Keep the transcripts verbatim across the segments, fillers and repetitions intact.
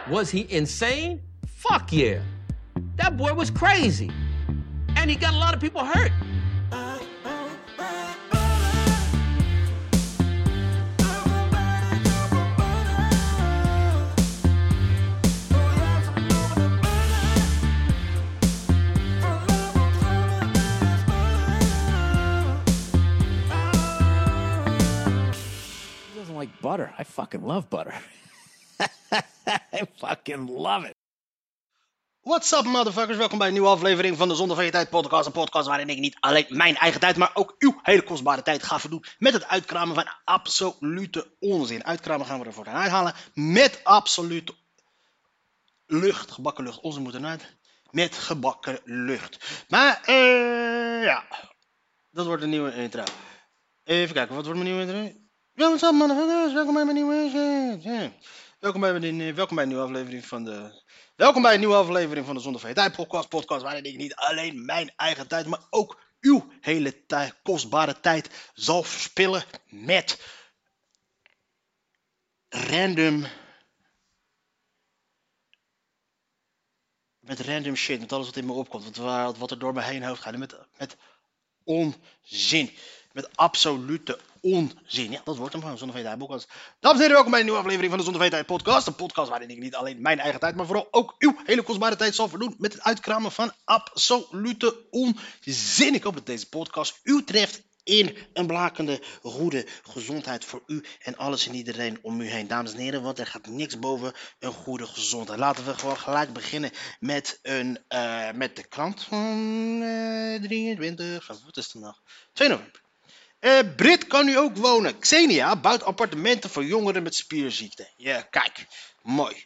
Was he insane? Fuck yeah. That boy was crazy. And he got a lot of people hurt. Like butter. I fucking love butter. I fucking love it. What's up, motherfuckers? Welkom bij een nieuwe aflevering van de Zonder van je Tijd podcast. Een podcast waarin ik niet alleen mijn eigen tijd, maar ook uw hele kostbare tijd ga verdoen met het uitkramen van absolute onzin. Uitkramen gaan we ervoor uithalen met absolute lucht, gebakken lucht. Onzin moet eruit met gebakken lucht. Maar, eh, ja, dat wordt een nieuwe intro. Even kijken, wat wordt mijn nieuwe intro? Ja, what's up, motherfuckers? Welkom bij mijn nieuwe... Yeah. Welkom bij, mijn, welkom bij een nieuwe aflevering van de... Welkom bij een nieuwe aflevering van de Zonder van je Tijd podcast. Podcast waarin ik niet alleen mijn eigen tijd, maar ook uw hele tijd, kostbare tijd zal verspillen met random... Met random shit, met alles wat in me opkomt. Wat, waar, wat er door me heen hoofd gaat. Met, met onzin. Met absolute onzin. Ja, dat wordt hem gewoon, Zonder van je Tijd podcast. Dames en heren, welkom bij een nieuwe aflevering van de Zonder van je Tijd podcast. Een podcast waarin ik niet alleen mijn eigen tijd, maar vooral ook uw hele kostbare tijd zal verdoen met het uitkramen van absolute onzin. Ik hoop dat deze podcast u treft in een blakende goede gezondheid voor u en alles en iedereen om u heen. Dames en heren, want er gaat niks boven een goede gezondheid. Laten we gewoon gelijk beginnen met, een, uh, met de krant van uh, drieëntwintig, van wat is het nog? twee november. Uh, Brit kan nu ook wonen. Xenia bouwt appartementen voor jongeren met spierziekte. Ja, kijk. Mooi.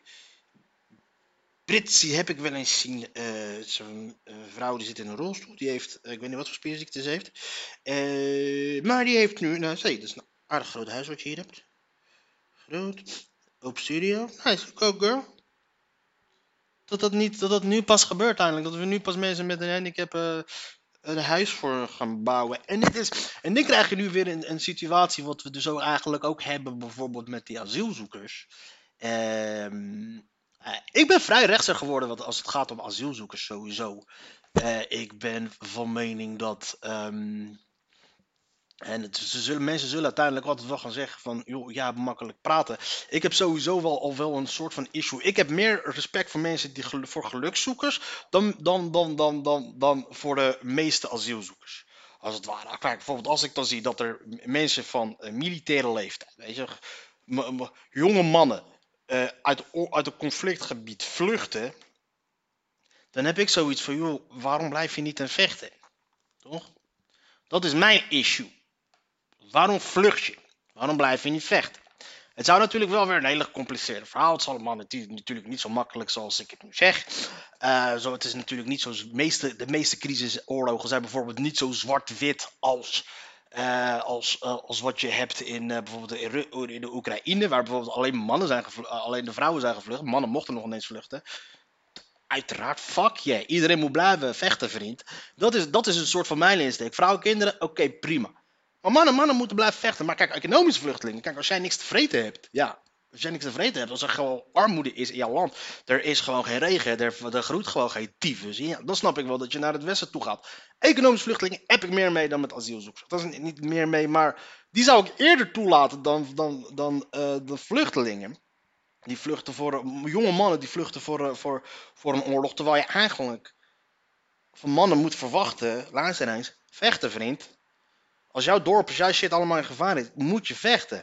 Brit heb ik wel eens zien. Uh, Zo'n uh, vrouw die zit in een rolstoel. Die heeft, uh, ik weet niet wat voor spierziekte ze heeft. Uh, maar die heeft nu, nou zie je, dat is een aardig groot huis wat je hier hebt. Groot. Open studio. Nice, go girl. Dat dat, niet, dat dat nu pas gebeurt eigenlijk. Dat we nu pas mensen met een handicap... Uh, een huis voor gaan bouwen. En dit is, en dan krijg je nu weer een, een situatie wat we dus ook eigenlijk ook hebben bijvoorbeeld met die asielzoekers. Um, uh, ik ben vrij rechtser geworden wat als het gaat om asielzoekers sowieso. Uh, ik ben van mening dat... Um, en het, ze zullen, mensen zullen uiteindelijk altijd wel gaan zeggen van... joh, ja, makkelijk praten. Ik heb sowieso wel al wel een soort van issue. Ik heb meer respect voor mensen die gel- voor gelukszoekers... Dan, dan, dan, dan, dan, dan voor de meeste asielzoekers. Als het ware. Kijk, bijvoorbeeld als ik dan zie dat er mensen van uh, militaire leeftijd... weet je, m- m- jonge mannen uh, uit, uit een conflictgebied vluchten... dan heb ik zoiets van... joh, waarom blijf je niet aan vechten? Toch? Dat is mijn issue. Waarom vlucht je? Waarom blijf je niet vechten? Het zou natuurlijk wel weer een hele gecompliceerde verhaal. Het is allemaal natuurlijk niet zo makkelijk zoals ik het nu zeg. Uh, zo, het is natuurlijk niet zo. De meeste, de meeste crisisoorlogen zijn bijvoorbeeld niet zo zwart-wit als, uh, als, uh, als wat je hebt in uh, bijvoorbeeld in, in de Oekraïne, waar bijvoorbeeld alleen mannen zijn gevlucht, uh, alleen de vrouwen zijn gevlucht. Mannen mochten nog ineens vluchten. Uiteraard, fuck yeah. Iedereen moet blijven vechten, vriend. Dat is, dat is een soort van mijn insteek. Vrouwen, kinderen, oké, okay, prima. Maar mannen, mannen moeten blijven vechten. Maar kijk, economische vluchtelingen. Kijk, als jij niks te vreten hebt. Ja, als jij niks te vreten hebt. Als er gewoon armoede is in jouw land. Er is gewoon geen regen. Er, er groeit gewoon geen tyfus. Ja, dan snap ik wel dat je naar het westen toe gaat. Economische vluchtelingen heb ik meer mee dan met asielzoekers. Dat is niet meer mee, maar die zou ik eerder toelaten dan, dan, dan uh, de vluchtelingen. Die vluchten voor, jonge mannen die vluchten voor, voor, voor een oorlog. Terwijl je eigenlijk van mannen moet verwachten, luister eens, vechten, vriend. Als jouw dorp, als jouw shit allemaal in gevaar is, moet je vechten.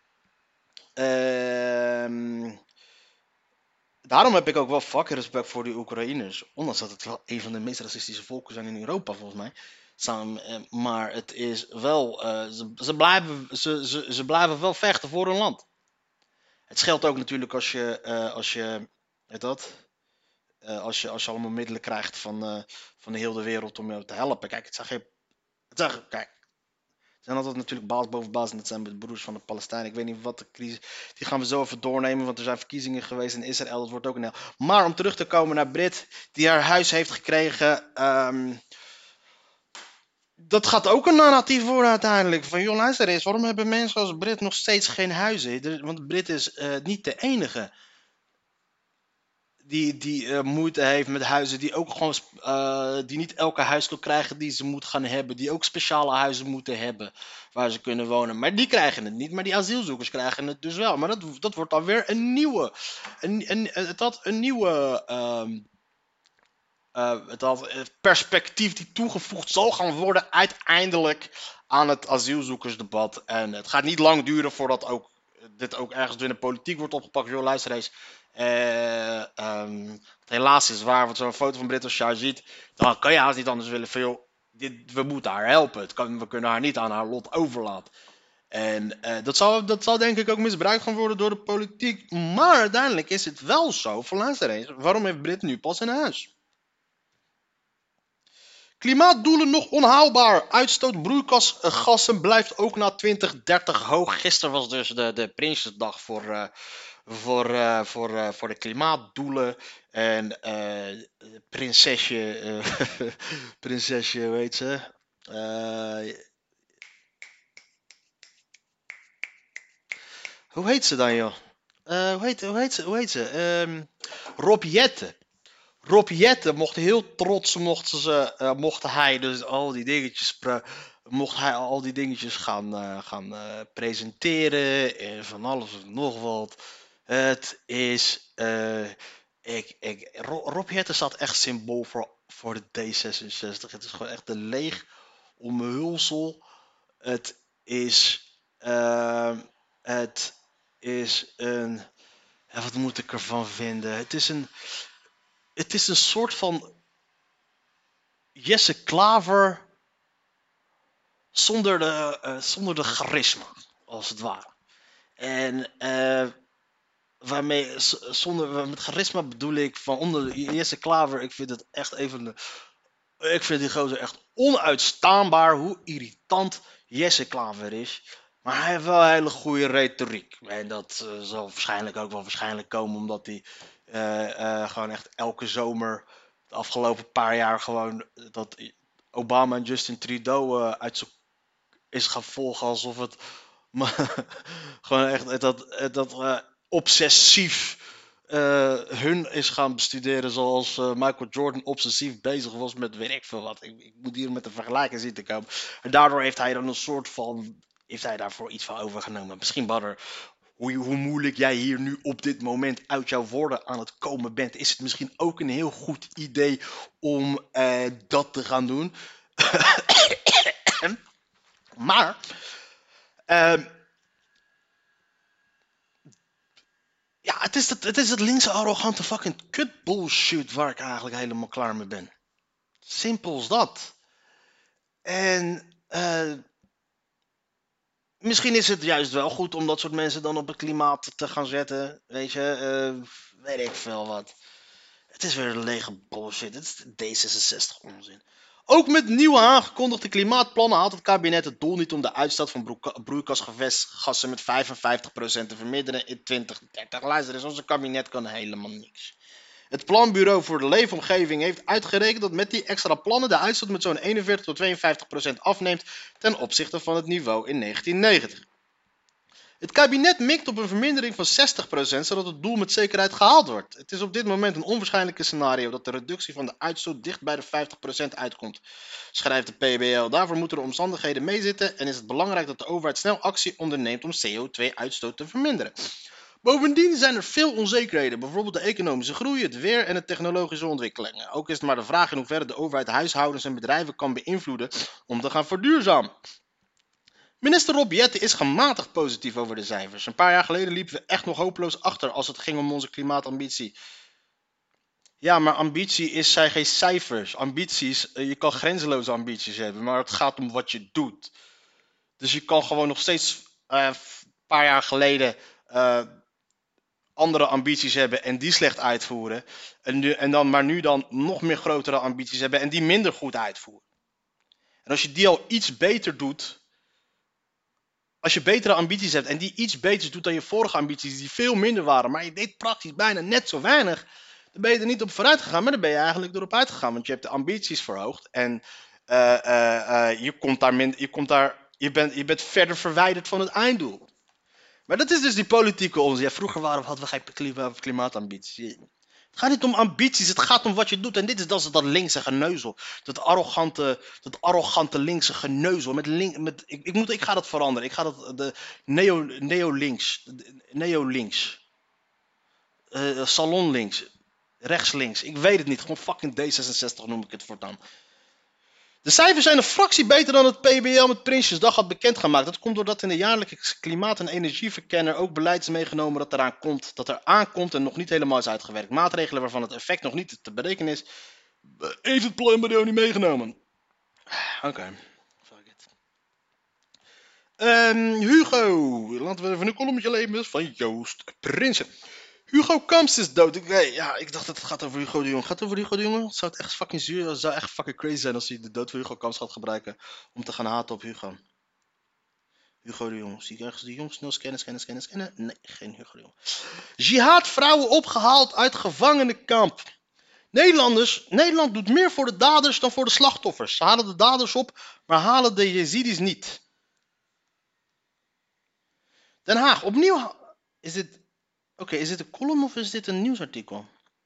Uh, daarom heb ik ook wel fucking respect voor die Oekraïners. Ondanks dat het wel een van de meest racistische volken zijn in Europa, volgens mij. Samen, uh, maar het is wel, uh, ze, ze, blijven, ze, ze, ze blijven wel vechten voor hun land. Het scheelt ook natuurlijk als je, uh, als je, weet dat, uh, als je, als je allemaal middelen krijgt van, uh, van de hele wereld om je te helpen. Kijk, het zijn geen, het zijn, kijk, het zijn altijd natuurlijk baas boven baas en dat zijn de broers van de Palestijnen. Ik weet niet wat de crisis, die gaan we zo even doornemen, want er zijn verkiezingen geweest in Israël, dat wordt ook een heel. Maar om terug te komen naar Brit, die haar huis heeft gekregen, um, dat gaat ook een narratief worden uiteindelijk. Van joh, luister eens, waarom hebben mensen als Brit nog steeds geen huizen? Want Brit is uh, niet de enige. die, die uh, moeite heeft met huizen, die ook gewoon uh, die niet elke huis kan krijgen die ze moet gaan hebben, die ook speciale huizen moeten hebben waar ze kunnen wonen, maar die krijgen het niet, maar die asielzoekers krijgen het dus wel. Maar dat, dat wordt dan weer een nieuwe, een, een, een, dat een nieuwe um, uh, dat perspectief die toegevoegd zal gaan worden uiteindelijk aan het asielzoekersdebat. En het gaat niet lang duren voordat ook dit ook ergens door de politiek wordt opgepakt. Joh, luister eens. Uh, um, helaas is waar, want zo'n foto van Britt als je haar ziet, dan kan je haast niet anders willen van, joh, dit, we moeten haar helpen. Het kan, we kunnen haar niet aan haar lot overlaten. En uh, dat, zal, dat zal denk ik ook misbruikt gaan worden door de politiek. Maar uiteindelijk is het wel zo, van luister eens, waarom heeft Britt nu pas een huis? Klimaatdoelen nog onhaalbaar. Uitstoot broeikasgassen blijft ook na twintig dertig hoog. Gisteren was dus de, de Prinsjesdag voor, uh, voor, uh, voor, uh, voor de klimaatdoelen. En uh, prinsesje, uh, prinsesje, hoe heet ze? Uh, hoe heet ze dan, joh? Uh, hoe, heet, hoe heet ze? Hoe heet ze? Um, Rob Jetten. Rob Jetten mocht heel trots, mocht, ze, uh, mocht hij dus al die dingetjes, pre, mocht hij al die dingetjes gaan, uh, gaan uh, presenteren en van alles en nog wat. Het is, uh, ik, ik, Rob Jetten staat echt symbool voor, voor de D zesenzestig. Het is gewoon echt een leeg omhulsel. Het is, uh, het is een, ja, wat moet ik ervan vinden? Het is een... Het is een soort van Jesse Klaver zonder de, uh, zonder de charisma, als het ware. En uh, waarmee, zonder, met charisma bedoel ik van onder Jesse Klaver, ik vind het echt even, de, ik vind die gozer echt onuitstaanbaar hoe irritant Jesse Klaver is. Maar hij heeft wel een hele goede retoriek. En dat uh, zal waarschijnlijk ook wel waarschijnlijk komen omdat hij uh, uh, gewoon echt elke zomer de afgelopen paar jaar gewoon dat Obama en Justin Trudeau uh, uit zijn is gaan volgen alsof het maar, gewoon echt dat, dat uh, obsessief uh, hun is gaan bestuderen zoals uh, Michael Jordan obsessief bezig was met weet ik veel wat. Ik, ik moet hier met een vergelijking zien te komen. En daardoor heeft hij dan een soort van heeft hij daarvoor iets van overgenomen. Misschien, Badder, hoe, hoe moeilijk jij hier nu op dit moment uit jouw woorden aan het komen bent, is het misschien ook een heel goed idee om uh, dat te gaan doen. Maar, uh, ja, het is, het, het is het linkse arrogante fucking kut bullshit waar ik eigenlijk helemaal klaar mee ben. Simpel als dat. En, uh, misschien is het juist wel goed om dat soort mensen dan op het klimaat te gaan zetten. Weet je, uh, weet ik veel wat. Het is weer een lege bullshit. Het is D zesenzestig onzin. Ook met nieuwe aangekondigde klimaatplannen haalt het kabinet het doel niet om de uitstoot van broeikasgassen met vijfenvijftig procent te verminderen in twintig dertig. Luister eens, onze kabinet kan helemaal niks. Het Planbureau voor de Leefomgeving heeft uitgerekend dat met die extra plannen de uitstoot met zo'n eenenveertig tot tweeënvijftig procent afneemt ten opzichte van het niveau in negentien negentig. Het kabinet mikt op een vermindering van zestig procent, zodat het doel met zekerheid gehaald wordt. Het is op dit moment een onwaarschijnlijke scenario dat de reductie van de uitstoot dicht bij de vijftig procent uitkomt, schrijft de P B L. Daarvoor moeten de omstandigheden meezitten en is het belangrijk dat de overheid snel actie onderneemt om C O twee uitstoot te verminderen. Bovendien zijn er veel onzekerheden, bijvoorbeeld de economische groei, het weer en de technologische ontwikkelingen. Ook is het maar de vraag in hoeverre de overheid huishoudens en bedrijven kan beïnvloeden om te gaan verduurzamen. Minister Rob Jetten is gematigd positief over de cijfers. Een paar jaar geleden liepen we echt nog hopeloos achter als het ging om onze klimaatambitie. Ja, maar ambitie is, zijn geen cijfers. Ambities, je kan grenzeloze ambities hebben, maar het gaat om wat je doet. Dus je kan gewoon nog steeds uh, een paar jaar geleden uh, andere ambities hebben en die slecht uitvoeren. En, nu, en dan, maar nu dan nog meer grotere ambities hebben en die minder goed uitvoeren. En als je die al iets beter doet, als je betere ambities hebt en die iets beters doet dan je vorige ambities die veel minder waren, maar je deed praktisch bijna net zo weinig, dan ben je er niet op vooruit gegaan, maar dan ben je eigenlijk erop uitgegaan. Want je hebt de ambities verhoogd en uh, uh, uh, je komt daar min, je komt daar, je bent, je bent verder verwijderd van het einddoel. Maar dat is dus die politieke onzin. Ja, vroeger waren, hadden we geen klima, klimaatambities. Het gaat niet om ambities, het gaat om wat je doet. En dit is dat, dat linkse geneuzel. Dat arrogante, dat arrogante linkse geneuzel. Met link, met, ik, ik, moet, ik ga dat veranderen. Ik ga dat de neo, neo-links. Neo-links. Uh, salon links. Rechts links. Ik weet het niet. Gewoon fucking D zesenzestig noem ik het voortaan. De cijfers zijn een fractie beter dan het P B L met Prinsjesdag had bekendgemaakt. Dat komt doordat in de jaarlijkse klimaat- en energieverkenner ook beleid is meegenomen dat eraan komt, dat er aankomt en nog niet helemaal is uitgewerkt. Maatregelen waarvan het effect nog niet te berekenen is, heeft het planbureau niet meegenomen. Oké, okay. Fuck it. Um, Hugo, laten we even een kolommetje lezen van Joost Prinsen. Hugo Kamps is dood. Ik, nee, ja, ik dacht dat het gaat over Hugo de Jong. Gaat het over Hugo de Jong? Zou het echt fucking zuur, het zou echt fucking crazy zijn als hij de dood van Hugo Kamps gaat gebruiken om te gaan haten op Hugo. Hugo de Jong. Zie ik ergens de Jong snel scannen, scannen, scannen, scannen? Nee, geen Hugo de Jong. Jihad vrouwen opgehaald uit gevangenenkamp. Nederlanders, Nederland doet meer voor de daders dan voor de slachtoffers. Ze halen de daders op, maar halen de Jezidis niet. Den Haag, opnieuw. Is dit... Oké, okay, is dit een column of is dit een nieuwsartikel?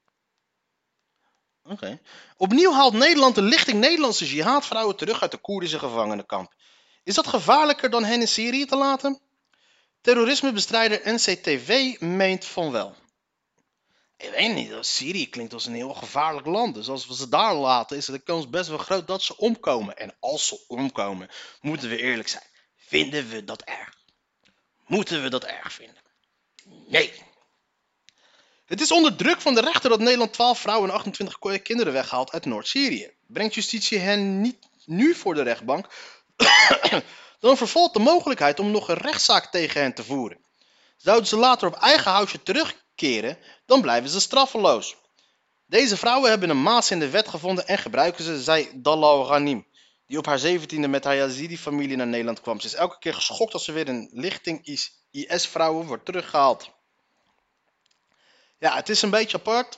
Oké. Okay. Opnieuw haalt Nederland de lichting Nederlandse jihadvrouwen terug uit de Koerdische gevangenenkamp. Is dat gevaarlijker dan hen in Syrië te laten? Terrorismebestrijder N C T V meent van wel. Ik weet niet, Syrië klinkt als een heel gevaarlijk land. Dus als we ze daar laten, is de kans best wel groot dat ze omkomen. En als ze omkomen, moeten we eerlijk zijn. Vinden we dat erg? Moeten we dat erg vinden? Nee. Het is onder druk van de rechter dat Nederland twaalf vrouwen en achtentwintig kinderen weghaalt uit Noord-Syrië. Brengt justitie hen niet nu voor de rechtbank, dan vervolgt de mogelijkheid om nog een rechtszaak tegen hen te voeren. Zouden ze later op eigen houtje terugkeren, dan blijven ze straffeloos. Deze vrouwen hebben een maas in de wet gevonden en gebruiken ze, zei Dalal Ghanim, die op haar zeventiende met haar Yazidi-familie naar Nederland kwam. Ze is elke keer geschokt als ze weer een lichting I S-vrouwen wordt teruggehaald. Ja, het is een beetje apart.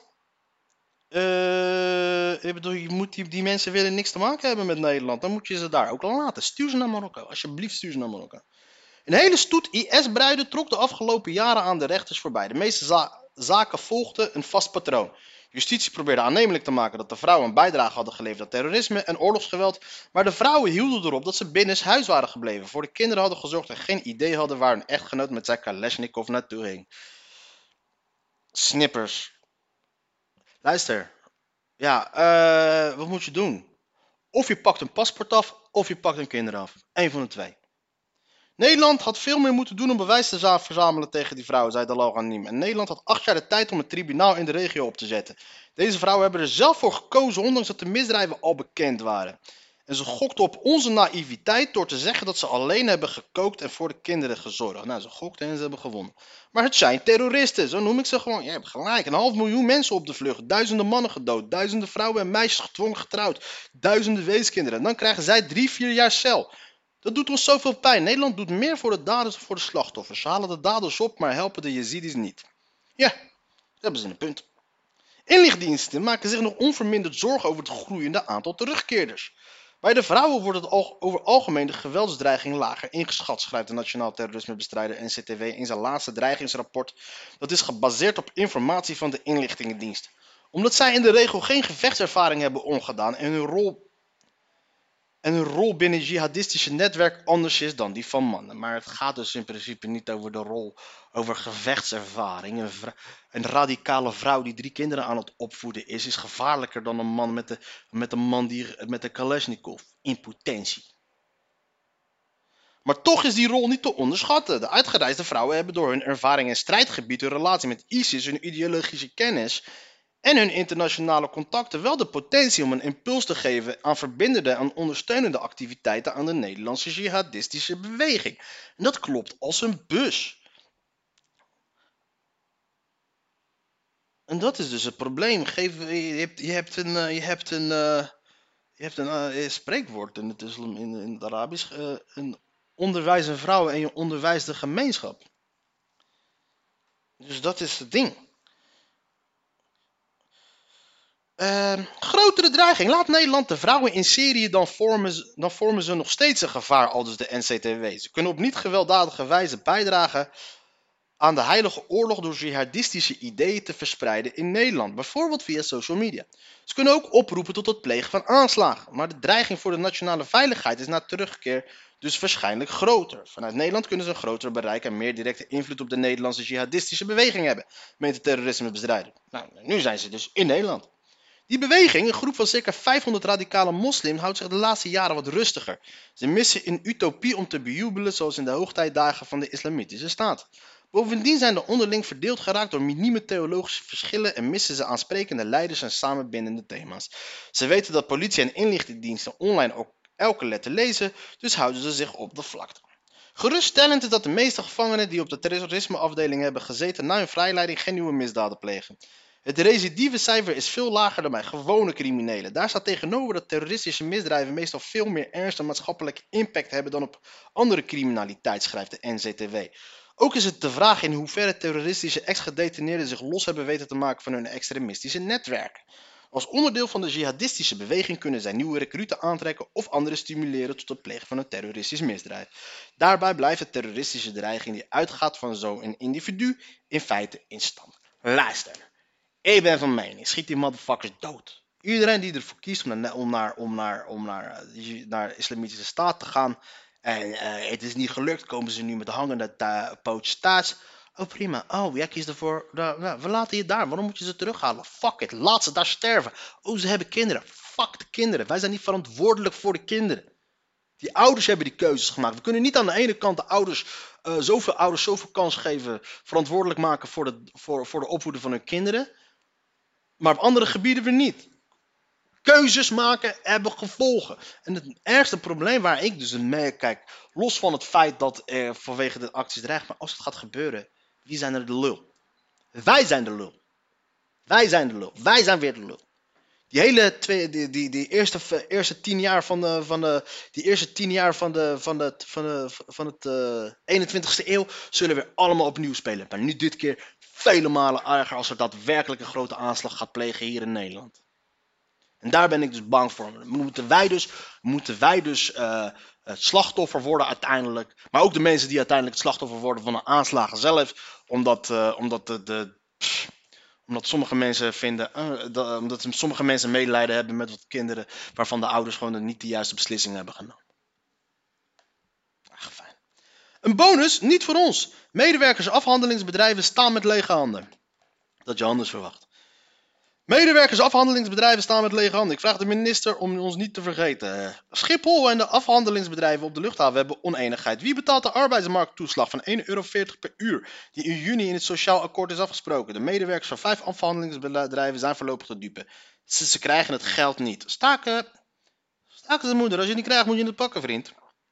Uh, ik bedoel, je moet die, die mensen willen niks te maken hebben met Nederland. Dan moet je ze daar ook laten. Stuur ze naar Marokko. Alsjeblieft, stuur ze naar Marokko. Een hele stoet I S-bruiden trok de afgelopen jaren aan de rechters voorbij. De meeste za- zaken volgden een vast patroon. Justitie probeerde aannemelijk te maken dat de vrouwen een bijdrage hadden geleverd aan terrorisme en oorlogsgeweld. Maar de vrouwen hielden erop dat ze binnen huis waren gebleven. Voor de kinderen hadden gezorgd en geen idee hadden waar hun echtgenoot met zijn Kalashnikov naartoe ging. Snippers. Luister. Ja, uh, wat moet je doen? Of je pakt een paspoort af, of je pakt een kinderen af. Eén van de twee. Nederland had veel meer moeten doen om bewijs te verzamelen tegen die vrouwen, zei Dalal Ghanim. En Nederland had acht jaar de tijd om een tribunaal in de regio op te zetten. Deze vrouwen hebben er zelf voor gekozen, ondanks dat de misdrijven al bekend waren. En ze gokten op onze naïviteit door te zeggen dat ze alleen hebben gekookt en voor de kinderen gezorgd. Nou, ze gokten en ze hebben gewonnen. Maar het zijn terroristen, zo noem ik ze gewoon. Je hebt gelijk, een half miljoen mensen op de vlucht, duizenden mannen gedood, duizenden vrouwen en meisjes gedwongen getrouwd, duizenden weeskinderen. En dan krijgen zij drie, vier jaar cel. Dat doet ons zoveel pijn. Nederland doet meer voor de daders dan voor de slachtoffers. Ze halen de daders op, maar helpen de Jezidis niet. Ja, dat hebben ze een punt. Inlichtdiensten maken zich nog onverminderd zorgen over het groeiende aantal terugkeerders. Bij de vrouwen wordt het al, over algemeen de geweldsdreiging lager ingeschat, schrijft de Nationaal Terrorismebestrijder N C T V in zijn laatste dreigingsrapport. Dat is gebaseerd op informatie van de inlichtingendienst. Omdat zij in de regel geen gevechtservaring hebben omgedaan en hun rol, en hun rol binnen het jihadistische netwerk anders is dan die van mannen. Maar het gaat dus in principe niet over de rol, over gevechtservaring. Een, vrou- een radicale vrouw die drie kinderen aan het opvoeden is, is gevaarlijker dan een man met de, met een man die, met de Kalashnikov. In potentie. Maar toch is die rol niet te onderschatten. De uitgereisde vrouwen hebben door hun ervaring in strijdgebied, hun relatie met ISIS, hun ideologische kennis en hun internationale contacten wel de potentie om een impuls te geven aan verbindende en ondersteunende activiteiten aan de Nederlandse jihadistische beweging. En dat klopt als een bus. En dat is dus het probleem. Geef, je, hebt, je hebt een, je hebt een, je hebt een uh, spreekwoord in het, islam, in, in het Arabisch. Uh, een onderwijs een vrouw en je onderwijst de gemeenschap. Dus dat is het ding. Uh, grotere dreiging. Laat Nederland de vrouwen in Syrië, dan vormen, ze, dan vormen ze nog steeds een gevaar, aldus de N C T W. Ze kunnen op niet gewelddadige wijze bijdragen aan de heilige oorlog door jihadistische ideeën te verspreiden in Nederland, bijvoorbeeld via social media. Ze kunnen ook oproepen tot het plegen van aanslagen, maar de dreiging voor de nationale veiligheid is na terugkeer dus waarschijnlijk groter. Vanuit Nederland kunnen ze een groter bereik en meer directe invloed op de Nederlandse jihadistische beweging hebben, meent de terrorismebestrijder. Nou, nu zijn ze dus in Nederland. Die beweging, een groep van circa vijfhonderd radicale moslims, houdt zich de laatste jaren wat rustiger. Ze missen een utopie om te bejubelen zoals in de hoogtijdagen van de islamitische staat. Bovendien zijn de onderling verdeeld geraakt door minieme theologische verschillen en missen ze aansprekende leiders en samenbindende thema's. Ze weten dat politie en inlichtingendiensten online ook elke letter lezen, dus houden ze zich op de vlakte. Geruststellend is dat de meeste gevangenen die op de terrorismeafdeling hebben gezeten na hun vrijleiding geen nieuwe misdaden plegen. Het recidivecijfer is veel lager dan bij gewone criminelen. Daar staat tegenover dat terroristische misdrijven meestal veel meer ernst en maatschappelijke impact hebben dan op andere criminaliteit, schrijft de N C T W. Ook is het de vraag in hoeverre terroristische ex-gedetineerden zich los hebben weten te maken van hun extremistische netwerken. Als onderdeel van de jihadistische beweging kunnen zij nieuwe recruten aantrekken of anderen stimuleren tot het plegen van een terroristisch misdrijf. Daarbij blijft de terroristische dreiging die uitgaat van zo'n individu in feite in stand. Luister, ik ben van mening, schiet die motherfuckers dood. Iedereen die ervoor kiest om naar, om naar, om naar, om naar, uh, naar de islamitische staat te gaan en uh, het is niet gelukt, komen ze nu met de hangende uh, pootjes thuis. Oh prima, oh jij kiest ervoor, nou, nou, we laten je daar, waarom moet je ze terughalen? Fuck it, laat ze daar sterven. Oh ze hebben kinderen, fuck de kinderen, wij zijn niet verantwoordelijk voor de kinderen. Die ouders hebben die keuzes gemaakt. We kunnen niet aan de ene kant de ouders, uh, zoveel ouders zoveel kans geven, verantwoordelijk maken voor de, voor, voor de opvoeding van hun kinderen, maar op andere gebieden weer niet. Keuzes maken hebben gevolgen. En het ergste probleem waar ik dus in mee kijk, los van het feit dat er vanwege de acties dreigt, maar als het gaat gebeuren, wie zijn er de lul? Wij zijn de lul. Wij zijn de lul. Wij zijn weer de lul. Die hele twee, die, die, die eerste, eerste tien jaar van de, van de, die eerste tien jaar van de, van de, van de, van het uh, eenentwintigste eeuw zullen weer allemaal opnieuw spelen. Maar nu dit keer vele malen erger als er daadwerkelijk een grote aanslag gaat plegen hier in Nederland. En daar ben ik dus bang voor. Moeten wij dus, moeten wij dus uh, het slachtoffer worden uiteindelijk. Maar ook de mensen die uiteindelijk het slachtoffer worden van de aanslagen zelf. Omdat, uh, omdat, de, de, pff, omdat sommige mensen vinden, uh, de, omdat sommige mensen medelijden hebben met wat kinderen waarvan de ouders gewoon niet de juiste beslissing hebben genomen. Ach, fijn. Een bonus, niet voor ons. Medewerkers afhandelingsbedrijven staan met lege handen. Dat je anders verwacht. Medewerkers afhandelingsbedrijven staan met lege handen. Ik vraag de minister om ons niet te vergeten. Schiphol en de afhandelingsbedrijven op de luchthaven hebben oneenigheid. Wie betaalt de arbeidsmarkttoeslag van één euro veertig per uur die in juni in het sociaal akkoord is afgesproken? De medewerkers van vijf afhandelingsbedrijven zijn voorlopig te dupe. Ze, ze krijgen het geld niet. Staken. Staken de moeder. Als je het niet krijgt moet je het pakken, vriend.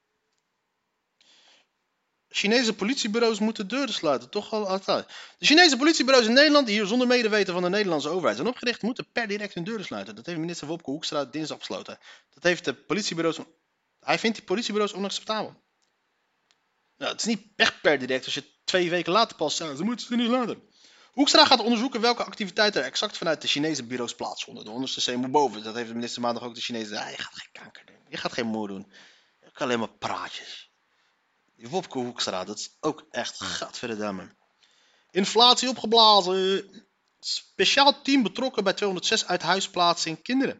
Chinese politiebureaus moeten deuren sluiten, toch al altijd. De Chinese politiebureaus in Nederland, die hier zonder medeweten van de Nederlandse overheid zijn opgericht, moeten per direct hun deuren sluiten. Dat heeft minister Wopke Hoekstra dinsdag besloten. Dat heeft de politiebureaus, hij vindt die politiebureaus onacceptabel. Nou, het is niet echt per direct als je twee weken later pas zegt, ze moeten ze niet laten. Hoekstra gaat onderzoeken welke activiteiten er exact vanuit de Chinese bureaus plaatsvonden. De onderste C moet boven, dat heeft de minister maandag ook de Chinese. Ah, je gaat geen kanker doen, je gaat geen moer doen. Je kan alleen maar praatjes. Die Wopke Hoekstra, dat is ook echt gadverdamme. Inflatie opgeblazen. Speciaal team betrokken bij tweehonderdzes uithuisplaatsing kinderen.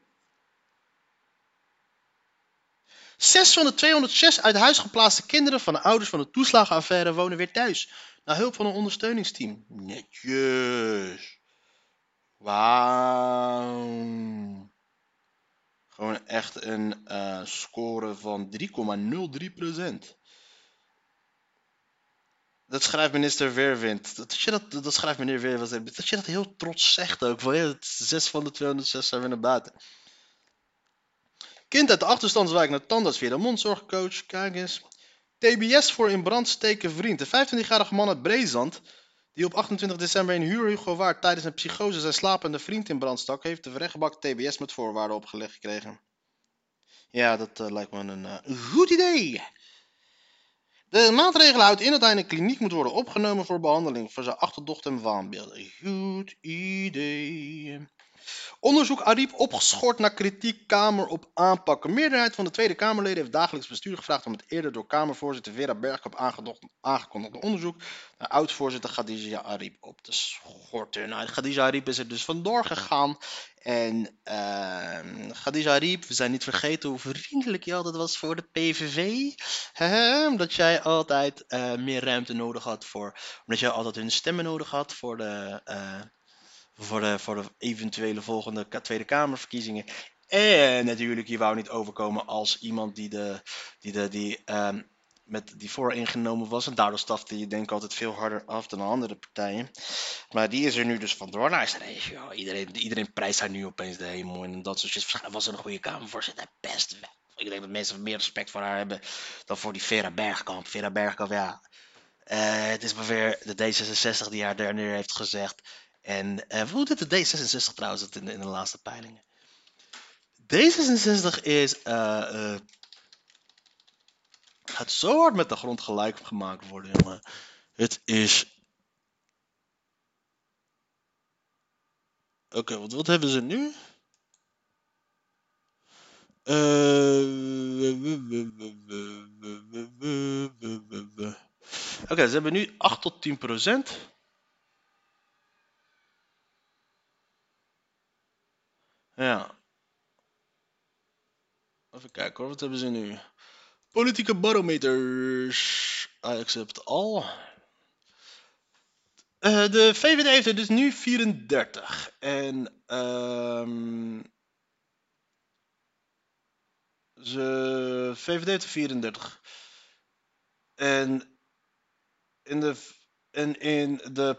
Zes van de tweehonderdzes uit huis geplaatste kinderen van de ouders van de toeslagenaffaire wonen weer thuis. Na hulp van een ondersteuningsteam. Netjes. Wauw. Gewoon echt een uh, score van drie komma nul drie procent. Dat schrijft minister Verwind. Dat, dat, dat, dat schrijft meneer Verwind. Dat je dat heel trots zegt ook. Van, ja, zes van de tweehonderdzes zijn weer naar buiten. Kind uit de achterstandswijk naar tandarts via de mondzorgcoach. Kijk eens. T B S voor in brand steken vriend. De vijfentwintigjarige man uit Breezand, die op achtentwintig december in Huur Hugo Waard tijdens een psychose zijn slapende vriend in brand stak, heeft de rechtbank T B S met voorwaarden opgelegd gekregen. Ja, dat uh, lijkt me een uh, goed idee. De maatregel houdt in dat hij in een kliniek moet worden opgenomen voor behandeling voor zijn achterdocht en waanbeelden. Goed idee. Onderzoek Ariep opgeschort na kritiek Kamer op aanpakken. Meerderheid van de Tweede Kamerleden heeft dagelijks bestuur gevraagd om het eerder door Kamervoorzitter Vera Bergkamp aangekondigde onderzoek naar oud-voorzitter Khadija Ariep op te schorten. Nou, Khadija Ariep is er dus vandoor gegaan. En uh, Khadija Ariep, we zijn niet vergeten hoe vriendelijk je altijd was voor de P V V. Haha, omdat jij altijd uh, meer ruimte nodig had voor, omdat jij altijd hun stemmen nodig had voor de... Uh, Voor de, voor de eventuele volgende Tweede Kamerverkiezingen. En natuurlijk, je wou niet overkomen als iemand die, de, die, de, die, um, met, die vooringenomen was. En daardoor stafte je denk ik altijd veel harder af dan andere partijen. Maar die is er nu dus vandoor. Nou, is er een, ja, iedereen, iedereen prijst haar nu opeens de hemel. En dat soort shit. Was er een goede Kamervoorzitter? Best wel. Ik denk dat mensen meer respect voor haar hebben dan voor die Vera Bergkamp. Vera Bergkamp, ja. Uh, het is maar weer de D zesenzestig die haar daar neer heeft gezegd. En uh, hoe doet de D zesenzestig trouwens het in, in de laatste peilingen? D zesenzestig is... Uh, uh, gaat zo hard met de grond gelijk gemaakt worden, jongen. Het is... Oké, okay, wat, wat hebben ze nu? Oké, okay, ze hebben nu acht tot tien procent. Ja. Even kijken hoor, wat hebben ze nu? Politieke barometers. I accept all. Uh, de V V D heeft er dus nu vierendertig. En um, ze, V V D heeft er vierendertig. En in de, en in de,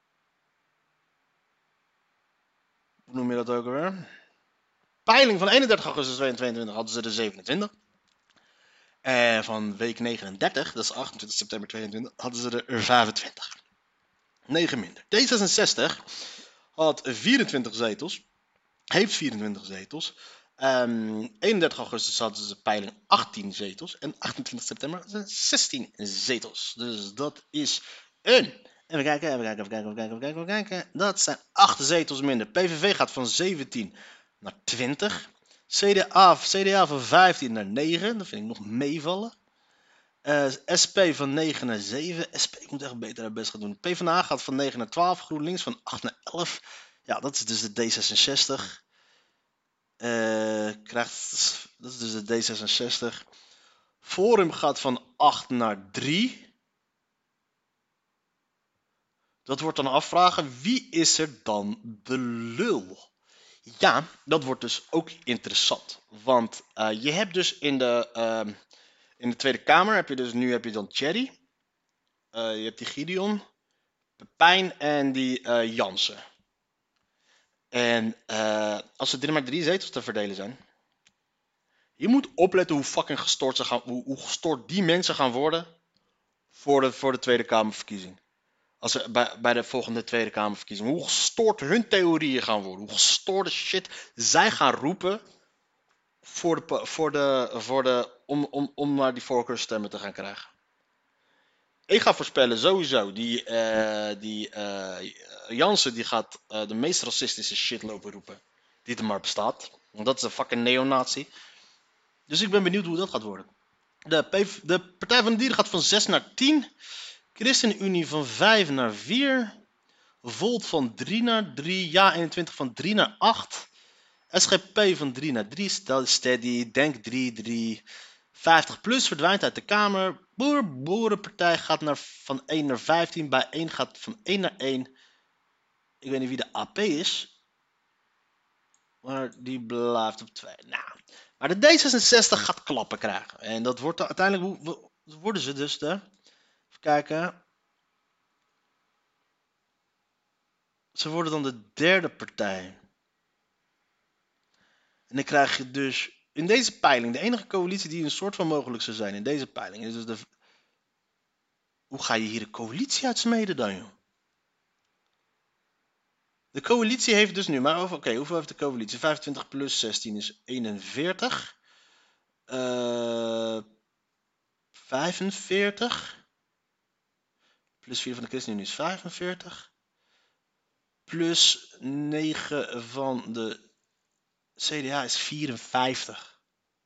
hoe noem je dat ook alweer? Peiling van eenendertig augustus tweeduizend tweeëntwintig hadden ze er zevenentwintig. En van week negenendertig, dat is achtentwintig september tweeduizend tweeëntwintig, hadden ze er vijfentwintig. negen minder. D zesenzestig had vierentwintig zetels. Heeft vierentwintig zetels. Um, eenendertig augustus hadden ze peiling achttien zetels. En achtentwintig september zestien zetels. Dus dat is een... Even kijken, even kijken, even kijken, even kijken, even kijken, even kijken. Dat zijn acht zetels minder. P V V gaat van zeventien naar twintig. C D A, C D A van vijftien naar negen. Dat vind ik nog meevallen. Uh, S P van negen naar zeven. S P moet echt beter haar best gaan doen. PvdA gaat van negen naar twaalf. GroenLinks van acht naar elf. Ja, dat is dus de D zesenzestig. Uh, krijgt, dat is dus de D zesenzestig. Forum gaat van acht naar drie. Dat wordt dan afvragen, wie is er dan de lul? Ja, dat wordt dus ook interessant. Want uh, je hebt dus in de, uh, in de Tweede Kamer, heb je dus, nu heb je dan Thierry. Uh, je hebt die Gideon, Pepijn en die uh, Jansen. En uh, als er maar drie zetels te verdelen zijn. Je moet opletten hoe fucking gestoord, ze gaan, hoe, hoe gestoord die mensen gaan worden voor de, voor de Tweede Kamerverkiezing. Als er, bij, bij de volgende Tweede Kamerverkiezing. Hoe gestoord hun theorieën gaan worden. Hoe gestoorde shit zij gaan roepen voor de, voor de, voor de, om, om, om naar die voorkeursstemmen te gaan krijgen. Ik ga voorspellen sowieso. Die, uh, die uh, Jansen die gaat uh, de meest racistische shit lopen roepen. Die er maar bestaat. Want dat is een fucking neonazi. Dus ik ben benieuwd hoe dat gaat worden. De, P V, de Partij van de Dieren gaat van zes naar tien. ChristenUnie van vijf naar vier. Volt van drie naar drie. Ja eenentwintig van drie naar acht. S G P van drie naar drie. Steady. Denk drie, drie. vijftig plus verdwijnt uit de Kamer. Boer, Boerenpartij gaat naar, van één naar vijftien. Bij één gaat van één naar één. Ik weet niet wie de A P is. Maar die blijft op twee. Nou, maar de D zesenzestig gaat klappen krijgen. En dat wordt uiteindelijk... Worden ze dus de... Even kijken. Ze worden dan de derde partij. En dan krijg je dus... In deze peiling, de enige coalitie die een soort van mogelijk zou zijn in deze peiling, is dus de... Hoe ga je hier een coalitie uitsmeden dan, joh? De coalitie heeft dus nu, maar oké, okay, hoeveel heeft de coalitie? vijfentwintig plus zestien is eenenveertig. Uh, vijfenveertig. Plus vier van de ChristenUnie is vijfenveertig. Plus negen van de C D A is vierenvijftig.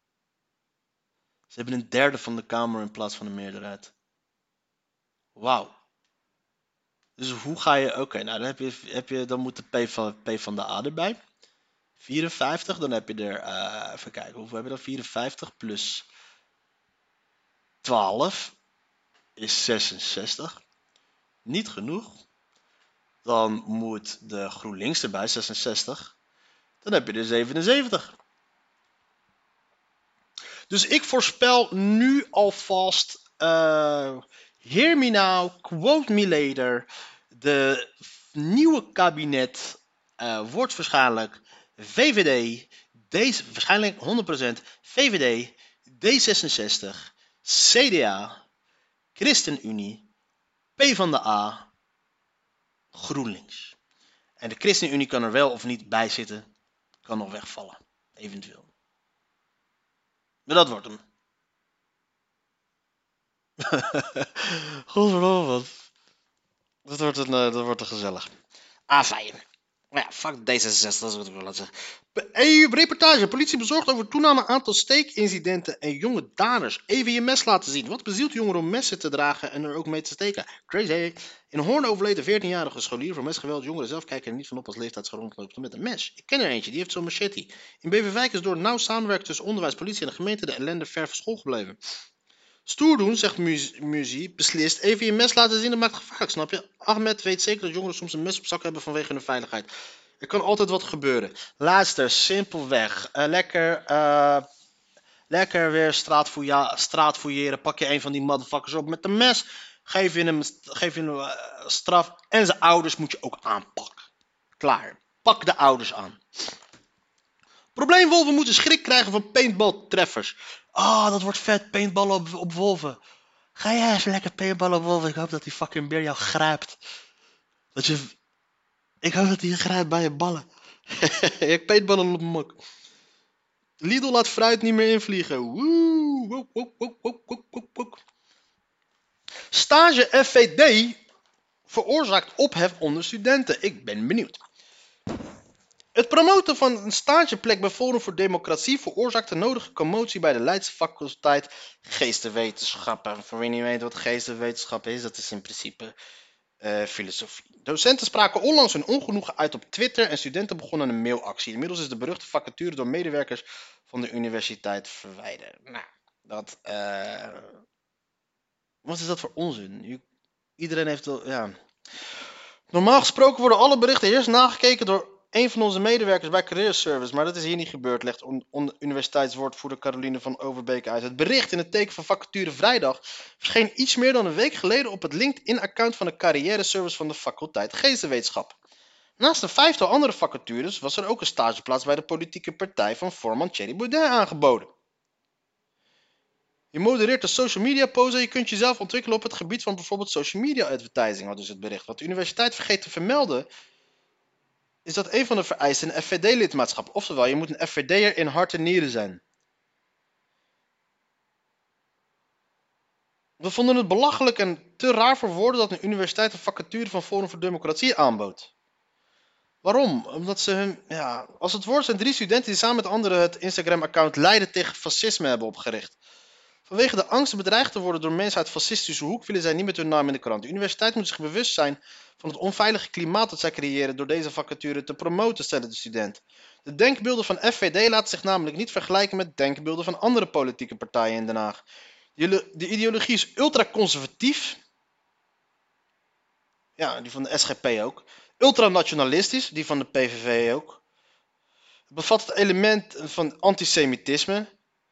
Ze hebben een derde van de Kamer in plaats van een meerderheid. Wauw. Dus hoe ga je... Oké, okay, nou dan, heb je, heb je, dan moet de P van, P van de A erbij. vierenvijftig, dan heb je er... Uh, even kijken, hoeveel heb je dan? vierenvijftig plus twaalf is zesenzestig. Niet genoeg. Dan moet de GroenLinks erbij, zesenzestig. Dan heb je er zevenenzeventig. Dus ik voorspel nu alvast... Uh, hear me now, quote me later. De nieuwe kabinet uh, wordt waarschijnlijk V V D, D, waarschijnlijk honderd procent V V D, D zesenzestig, C D A, ChristenUnie, PvdA, GroenLinks. En de ChristenUnie kan er wel of niet bij zitten, kan nog wegvallen, eventueel. Maar dat wordt hem. Godverdomme wat. Dat wordt een, uh, dat wordt een gezellig. Ah, fijn. Nou ja, fuck D zesenzestig, dat is wat ik wil laten zeggen. Hey, reportage. Politie bezorgd over toename aantal steekincidenten en jonge daders. Even je mes laten zien. Wat bezielt jongeren om messen te dragen en er ook mee te steken? Crazy. In Hoorn overleed een veertienjarige scholier voor mesgeweld. Jongeren zelf kijken er niet van op als leeftijds rondlopen met een mes. Ik ken er eentje, die heeft zo'n machete. In Beverwijk is door nauw samenwerken tussen onderwijs, politie en de gemeente de ellende ver van school gebleven. Stoer doen, zegt Muzie, beslist. Even je mes laten zien, dat maakt gevaarlijk, snap je? Ahmed weet zeker dat jongeren soms een mes op zak hebben vanwege hun veiligheid. Er kan altijd wat gebeuren. Luister, simpelweg. Uh, lekker, uh, lekker weer straatfouilla, straatfouilleren. Pak je een van die motherfuckers op met een mes. Geef je hem, geef je hem uh, straf. En zijn ouders moet je ook aanpakken. Klaar. Pak de ouders aan. Probleemwolven moeten schrik krijgen van paintball-treffers. Ah, oh, dat wordt vet. Paintballen op, op wolven. Ga jij even lekker paintballen op wolven. Ik hoop dat die fucking beer jou grijpt. Dat je... Ik hoop dat hij je grijpt bij je ballen. Ik paintballen op mijn mok. Lidl laat fruit niet meer invliegen. Woe, woe, woe, woe, woe, woe, woe. Stage F V D veroorzaakt ophef onder studenten. Ik ben benieuwd. Het promoten van een stageplek bij Forum voor Democratie veroorzaakt de nodige commotie bij de Leidse faculteit Geesteswetenschappen. Voor wie niet weet wat geesteswetenschap is, dat is in principe uh, filosofie. Docenten spraken onlangs hun ongenoegen uit op Twitter en studenten begonnen een mailactie. Inmiddels is de beruchte vacature door medewerkers van de universiteit verwijderd. Nou, dat... Uh... Wat is dat voor onzin? Iedereen heeft... Ja. Normaal gesproken worden alle berichten eerst nagekeken door een van onze medewerkers bij Career Service, maar dat is hier niet gebeurd, legt on- on- universiteitswoordvoerder Caroline van Overbeek uit. Het bericht in het teken van vacature vrijdag verscheen iets meer dan een week geleden op het LinkedIn-account van de Carrière Service van de faculteit Geesteswetenschap. Naast een vijftal andere vacatures was er ook een stageplaats bij de politieke partij van voorman Thierry Baudet aangeboden. Je modereert de social media posts en je kunt jezelf ontwikkelen op het gebied van bijvoorbeeld social media advertising, had dus het bericht. Wat de universiteit vergeet te vermelden, is dat een van de vereisten een F V D-lidmaatschap. Oftewel, je moet een F V D'er in hart en nieren zijn. We vonden het belachelijk en te raar voor woorden dat een universiteit een vacature van Forum voor Democratie aanbood. Waarom? Omdat ze hun... Ja, als het woord zijn drie studenten die samen met anderen het Instagram-account Leiden tegen fascisme hebben opgericht. Vanwege de angst bedreigd te worden door mensen uit fascistische hoek willen zij niet met hun naam in de krant. De universiteit moet zich bewust zijn van het onveilige klimaat dat zij creëren door deze vacature te promoten, stellen de student. De denkbeelden van F V D laten zich namelijk niet vergelijken met denkbeelden van andere politieke partijen in Den Haag. De ideologie is ultraconservatief. Ja, die van de S G P ook. Ultranationalistisch, die van de P V V ook. Het bevat het element van antisemitisme.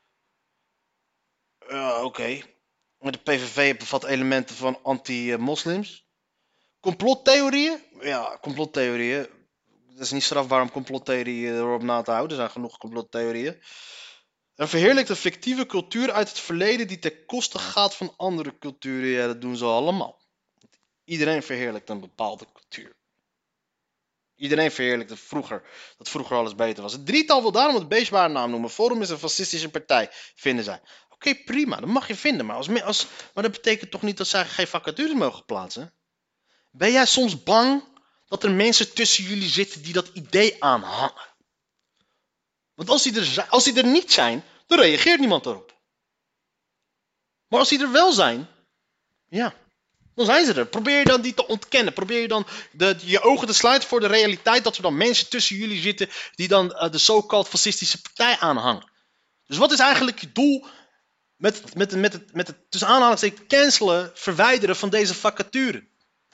Ja, oké. Okay. De P V V bevat elementen van anti-moslims. Complottheorieën? Ja, complottheorieën. Het is niet strafbaar om complottheorieën erop na te houden. Er zijn genoeg complottheorieën. En verheerlijkt een fictieve cultuur uit het verleden die ten koste gaat van andere culturen. Ja, dat doen ze allemaal. Iedereen verheerlijkt een bepaalde cultuur. Iedereen verheerlijkt het vroeger, dat vroeger alles beter was. Het drietal wil daarom het beestbare naam noemen. Forum is een fascistische partij, vinden zij. Oké, okay, prima, dat mag je vinden. Maar, als, als, maar dat betekent toch niet dat zij geen vacatures mogen plaatsen? Ben jij soms bang dat er mensen tussen jullie zitten die dat idee aanhangen? Want als die, er, zi- als die er niet zijn, dan reageert niemand erop. Maar als die er wel zijn, ja, dan zijn ze er. Probeer je dan die te ontkennen. Probeer je dan de, je ogen te sluiten voor de realiteit dat er dan mensen tussen jullie zitten die dan uh, de so-called fascistische partij aanhangen. Dus wat is eigenlijk je doel met, met, met, het, met het tussen aanhalingstekens cancelen, verwijderen van deze vacature?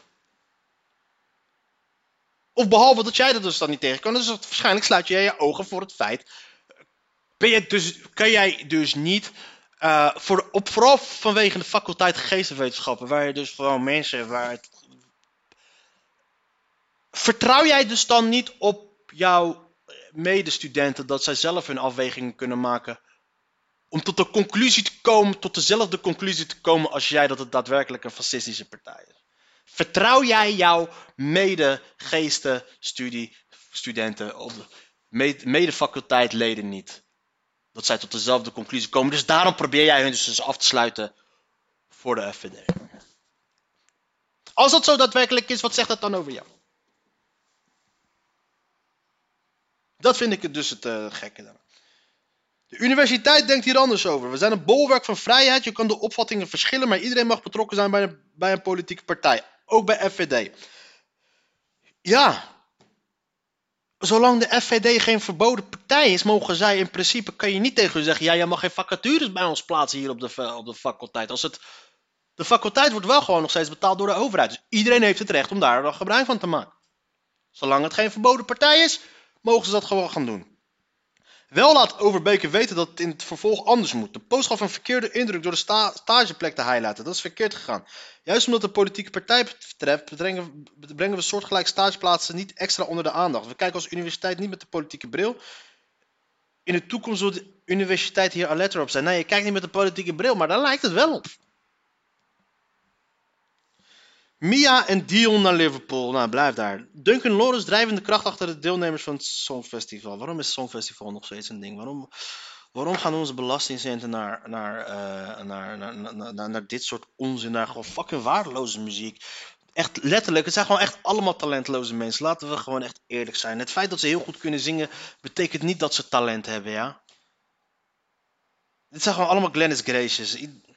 Of behalve dat jij er dus dan niet tegen kan, dus waarschijnlijk sluit jij je ogen voor het feit. Ben je dus, kan jij dus niet, uh, voor, op, vooral vanwege de faculteit geesteswetenschappen, waar je dus vooral mensen, waar het, vertrouw jij dus dan niet op jouw medestudenten dat zij zelf hun afwegingen kunnen maken om tot de conclusie te komen, tot dezelfde conclusie te komen als jij dat het daadwerkelijk een fascistische partij is? Vertrouw jij jouw mede-geesten, studie, studenten, of mede-faculteitleden niet? Dat zij tot dezelfde conclusie komen. Dus daarom probeer jij hun dus af te sluiten voor de F V D. Als dat zo daadwerkelijk is, wat zegt dat dan over jou? Dat vind ik het dus het uh, gekke dan. De universiteit denkt hier anders over. We zijn een bolwerk van vrijheid. Je kan de opvattingen verschillen, maar iedereen mag betrokken zijn bij een, bij een politieke partij. Ook bij F V D. Ja. Zolang de F V D geen verboden partij is, mogen zij in principe, kan je niet tegen hun zeggen, ja, jij mag geen vacatures bij ons plaatsen hier op de, op de faculteit. Als het, de faculteit wordt wel gewoon nog steeds betaald door de overheid. Dus iedereen heeft het recht om daar dan gebruik van te maken. Zolang het geen verboden partij is, mogen ze dat gewoon gaan doen. Wel laat Overbeke weten dat het in het vervolg anders moet. De post gaf een verkeerde indruk door de sta stageplek te highlighten. Dat is verkeerd gegaan. Juist omdat de politieke partij betreft, brengen, brengen we soortgelijke stageplaatsen niet extra onder de aandacht. We kijken als universiteit niet met de politieke bril. In de toekomst zal de universiteit hier alert op zijn. Nee, je kijkt niet met de politieke bril, maar daar lijkt het wel op. Mia en Dion naar Liverpool. Nou, blijf daar. Duncan Lawrence drijvende kracht achter de deelnemers van het Songfestival. Waarom is het Songfestival nog steeds een ding? Waarom, waarom gaan onze belastingcenten naar, naar, uh, naar, naar, naar, naar, naar dit soort onzin, naar gewoon fucking waardeloze muziek? Echt letterlijk, het zijn gewoon echt allemaal talentloze mensen. Laten we gewoon echt eerlijk zijn. Het feit dat ze heel goed kunnen zingen, betekent niet dat ze talent hebben, ja? Dit zijn gewoon allemaal Glennis Grace's.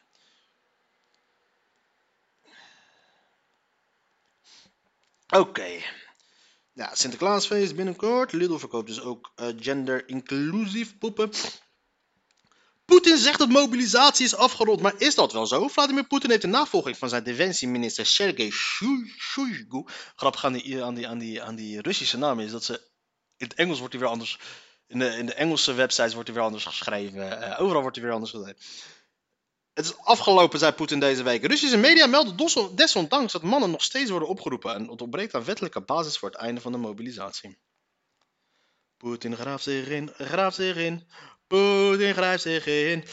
Oké. Okay. Ja, Sinterklaasfeest binnenkort. Lidl verkoopt dus ook uh, gender-inclusief poepen. Poetin zegt dat mobilisatie is afgerond, maar is dat wel zo? Vladimir Poetin heeft de navolging van zijn defensieminister Sergei Shoigu. Grappig aan die, aan, die, aan, die, aan die Russische naam is dat ze... In het Engels wordt hij weer anders... In de, in de Engelse websites wordt hij weer anders geschreven. Uh, overal wordt hij weer anders geschreven. Het is afgelopen, zei Poetin deze week. Russische media melden desondanks dat mannen nog steeds worden opgeroepen en het ontbreekt aan wettelijke basis voor het einde van de mobilisatie. Poetin graaft zich in, graaft zich in, Poetin grijpt zich in.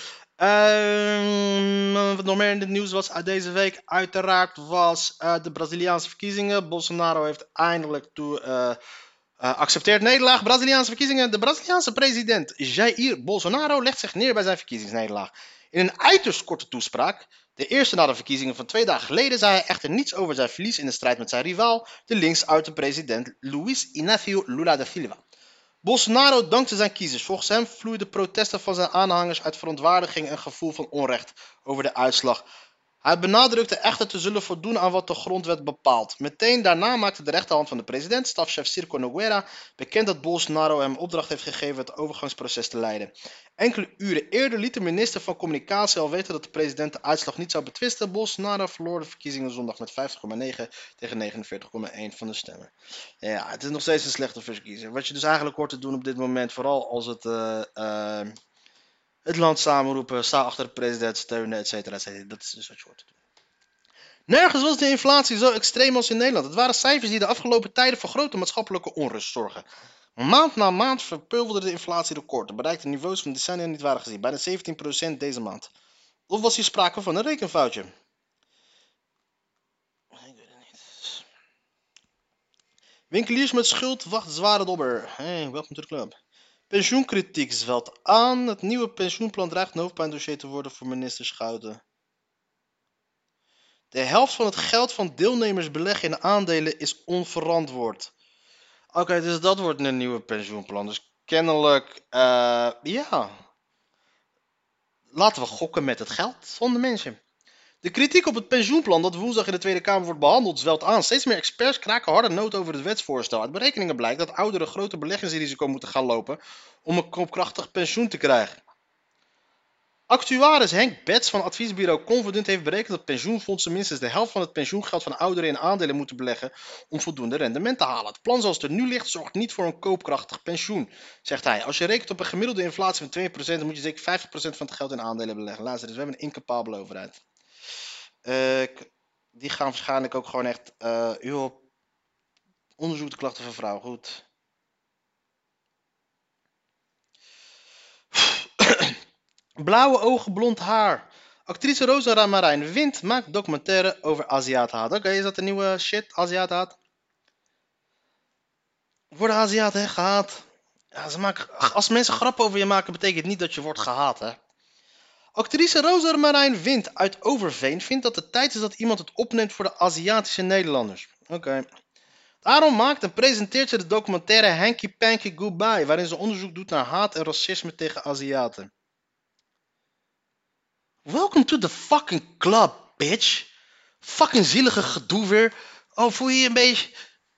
Uh, wat nog meer in het nieuws was uit deze week, uiteraard was uh, de Braziliaanse verkiezingen. Bolsonaro heeft eindelijk toe... Uh, Uh, accepteert nederlaag, Braziliaanse verkiezingen. De Braziliaanse president Jair Bolsonaro legt zich neer bij zijn verkiezingsnederlaag. In een uiterst korte toespraak, de eerste na de verkiezingen van twee dagen geleden, zei hij echter niets over zijn verlies in de strijd met zijn rivaal, de linksuite president Luiz Inácio Lula da Silva. Bolsonaro dankte zijn kiezers. Volgens hem vloeiden protesten van zijn aanhangers uit verontwaardiging en gevoel van onrecht over de uitslag. Hij benadrukte echter te zullen voldoen aan wat de grondwet bepaalt. Meteen daarna maakte de rechterhand van de president, stafchef Circo Nogueira, bekend dat Bolsonaro hem opdracht heeft gegeven het overgangsproces te leiden. Enkele uren eerder liet de minister van Communicatie al weten dat de president de uitslag niet zou betwisten. Bolsonaro verloor de verkiezingen zondag met vijftig komma negen tegen negenenveertig komma één van de stemmen. Ja, het is nog steeds een slechte verkiezing. Wat je dus eigenlijk hoort te doen op dit moment, vooral als het... Uh, uh, Het land samenroepen, sta achter de president, steunen, et cetera, et cetera. Dat is dus wat je hoort te doen. Nergens was de inflatie zo extreem als in Nederland. Het waren cijfers die de afgelopen tijden voor grote maatschappelijke onrust zorgen. Maand na maand verpeuvelde de inflatie record. Het bereikte niveaus van decennia niet waren gezien. Bijna zeventien procent deze maand. Of was hier sprake van een rekenfoutje? Ik weet het niet. Winkeliers met schuld wacht zware dobber. Hey, welkom to the club. Pensioenkritiek zwelt aan. Het nieuwe pensioenplan dreigt een hoofdpijndossier te worden voor minister Schouten. De helft van het geld van deelnemers beleggen in aandelen is onverantwoord. Oké, okay, dus dat wordt een nieuwe pensioenplan. Dus kennelijk, uh, ja, laten we gokken met het geld van de mensen. De kritiek op het pensioenplan dat woensdag in de Tweede Kamer wordt behandeld zwelt aan. Steeds meer experts kraken harde noot over het wetsvoorstel. Uit berekeningen blijkt dat ouderen grote beleggingsrisico moeten gaan lopen om een koopkrachtig pensioen te krijgen. Actuaris Henk Bets van adviesbureau Confident heeft berekend dat pensioenfondsen minstens de helft van het pensioengeld van ouderen in aandelen moeten beleggen om voldoende rendement te halen. Het plan zoals het er nu ligt zorgt niet voor een koopkrachtig pensioen, zegt hij. Als je rekent op een gemiddelde inflatie van twee procent, dan moet je zeker vijftig procent van het geld in aandelen beleggen. Luister, dus we hebben een incapabele overheid. Uh, die gaan waarschijnlijk ook gewoon echt uh, uw onderzoek de klachten van vrouwen. Goed. Blauwe ogen, blond haar. Actrice Rosa Ramarijn wint, maakt documentaire over Aziatenhaat. Oké, okay, is dat de nieuwe shit, Aziatenhaat? Worden Aziaten gehaat? Ja, ze maken, als mensen grappen over je maken, betekent niet dat je wordt gehaat, hè? Actrice Rosa Ramarijn wint uit Overveen vindt dat het tijd is dat iemand het opneemt voor de Aziatische Nederlanders. Oké. Okay. Daarom maakt en presenteert ze de documentaire Hanky Panky Goodbye, waarin ze onderzoek doet naar haat en racisme tegen Aziaten. Welcome to the fucking club, bitch. Fucking zielige gedoe weer. Oh, voel je je een beetje...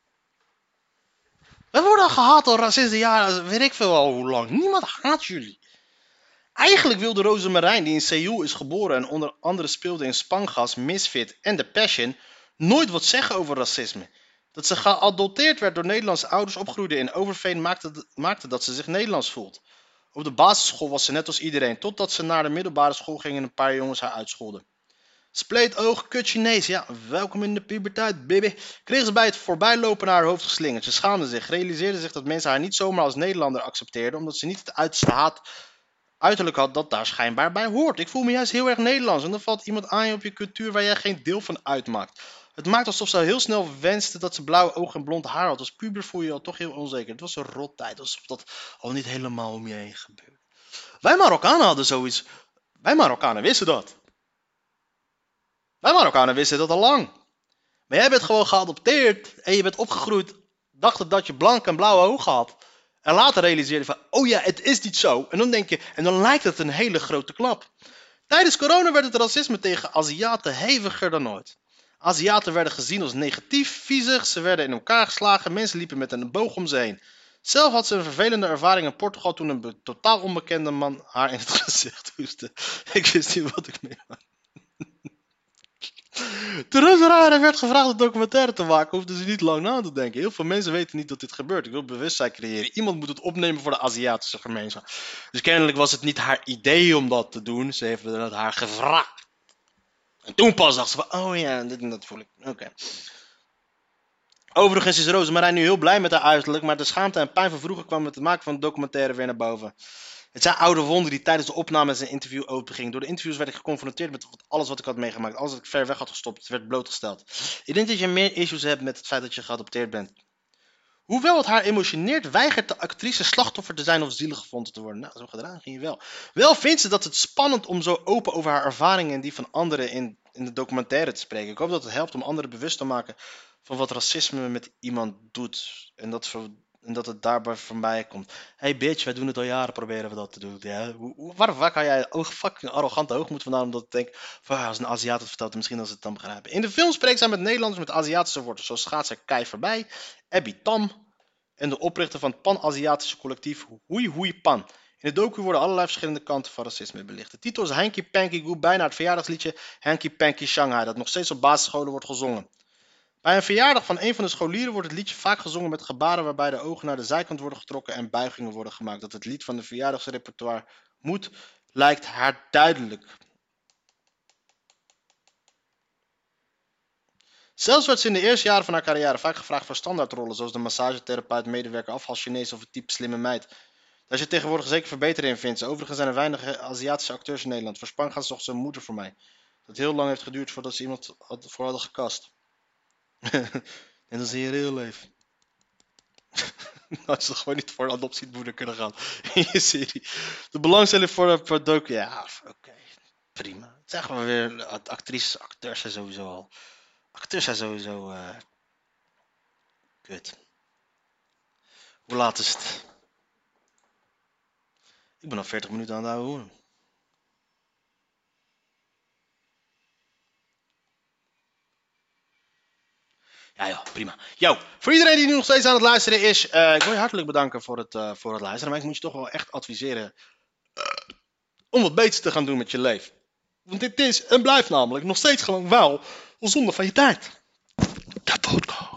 We worden al gehaat al sinds de jaren, weet ik veel al hoe lang. Niemand haat jullie. Eigenlijk wilde Rosemarijn, die in Seoul is geboren en onder andere speelde in Spangas, Misfit en The Passion, nooit wat zeggen over racisme. Dat ze geadopteerd werd door Nederlandse ouders, opgroeide in Overveen, maakte, maakte dat ze zich Nederlands voelt. Op de basisschool was ze net als iedereen, totdat ze naar de middelbare school ging en een paar jongens haar uitscholden. Spleet oog, kut Chinees, ja, welkom in de puberteit, baby. Kreeg ze bij het voorbijlopen naar haar hoofd geslingerd. Ze schaamde zich, realiseerde zich dat mensen haar niet zomaar als Nederlander accepteerden, omdat ze niet het uiterste haat uiterlijk had dat daar schijnbaar bij hoort. Ik voel me juist heel erg Nederlands en dan valt iemand aan je op je cultuur waar jij geen deel van uitmaakt. Het maakt alsof ze heel snel wenste dat ze blauwe ogen en blond haar had. Als puber voel je je al toch heel onzeker. Het was een rottijd, alsof dat al niet helemaal om je heen gebeurde. Wij Marokkanen hadden zoiets. Wij Marokkanen wisten dat. Wij Marokkanen wisten dat al lang. Maar jij bent gewoon geadopteerd en je bent opgegroeid, dacht dat je blank en blauwe ogen had. En later realiseerde je van, oh ja, het is niet zo. En dan denk je, en dan lijkt het een hele grote klap. Tijdens corona werd het racisme tegen Aziaten heviger dan ooit. Aziaten werden gezien als negatief, viezig, ze werden in elkaar geslagen, mensen liepen met een boog om ze heen. Zelf had ze een vervelende ervaring in Portugal toen een totaal onbekende man haar in het gezicht hoestte. Ik wist niet wat ik meemaakte. Toen Rosa werd gevraagd een documentaire te maken, hoefden ze niet lang na te denken. Heel veel mensen weten niet dat dit gebeurt. Ik wil bewustzijn creëren. Iemand moet het opnemen voor de Aziatische gemeenschap. Dus kennelijk was het niet haar idee om dat te doen. Ze hebben het haar gevraagd. En toen pas dacht ze van, oh ja, dit en dat voel ik. Oké. Okay. Overigens is Rosemarijn nu heel blij met haar uiterlijk, maar de schaamte en pijn van vroeger kwam met het maken van de documentaire weer naar boven. Het zijn oude wonden die tijdens de opname zijn interview opengingen. Door de interviews werd ik geconfronteerd met alles wat ik had meegemaakt. Alles wat ik ver weg had gestopt. Het werd blootgesteld. Ik denk dat je meer issues hebt met het feit dat je geadopteerd bent. Hoewel het haar emotioneert, weigert de actrice slachtoffer te zijn of zielig gevonden te worden. Nou, zo gedragen ging je wel. Wel vindt ze dat het spannend om zo open over haar ervaringen en die van anderen in, in de documentaire te spreken. Ik hoop dat het helpt om anderen bewust te maken van wat racisme met iemand doet. En dat voor... En dat het daarbij voorbij komt. Hey bitch, wij doen het al jaren, proberen we dat te doen. Ja, waar, waar kan jij oog, fucking arrogante hoogmoed vandaan omdat ik denk, van, als een Aziat het vertelt, misschien als ze het dan begrijpen. In de film spreekt zij met Nederlanders met Aziatische wortels, zoals schaatser Kai Voorbij, Abby Tam en de oprichter van het Pan-Aziatische collectief Hui Hui Pan. In de docu worden allerlei verschillende kanten van racisme belicht. De titel is Hanky Panky Goodbye naar het verjaardagsliedje Hanky Panky Shanghai, dat nog steeds op basisscholen wordt gezongen. Bij een verjaardag van een van de scholieren wordt het liedje vaak gezongen met gebaren waarbij de ogen naar de zijkant worden getrokken en buigingen worden gemaakt. Dat het lied van de verjaardagsrepertoire moet, lijkt haar duidelijk. Zelfs werd ze in de eerste jaren van haar carrière vaak gevraagd voor standaardrollen, zoals de massagetherapeut, medewerker, afvalchinees of het type slimme meid. Daar je tegenwoordig zeker verbetering in vindt. Overigens zijn er weinig Aziatische acteurs in Nederland. Voor Spanga's zocht ze een moeder voor mij. Dat heel lang heeft geduurd voordat ze iemand had, voor hadden gekast. En dan zie je heel leven. Als ze gewoon niet voor een adoptiemoeder kunnen gaan in je serie. De belangstelling voor een product, ja, oké, okay, prima. Het zijn gewoon weer actrices, acteurs zijn sowieso al. Acteurs zijn sowieso uh, kut. Hoe laat is het? Ik ben al veertig minuten aan het ouwe horen. Ja joh, prima. Yo, voor iedereen die nu nog steeds aan het luisteren is, uh, ik wil je hartelijk bedanken voor het, uh, voor het luisteren. Maar ik moet je toch wel echt adviseren uh, om wat beters te gaan doen met je leven. Want dit is en blijft namelijk nog steeds gewoon wel een zonde van je tijd. De podcast.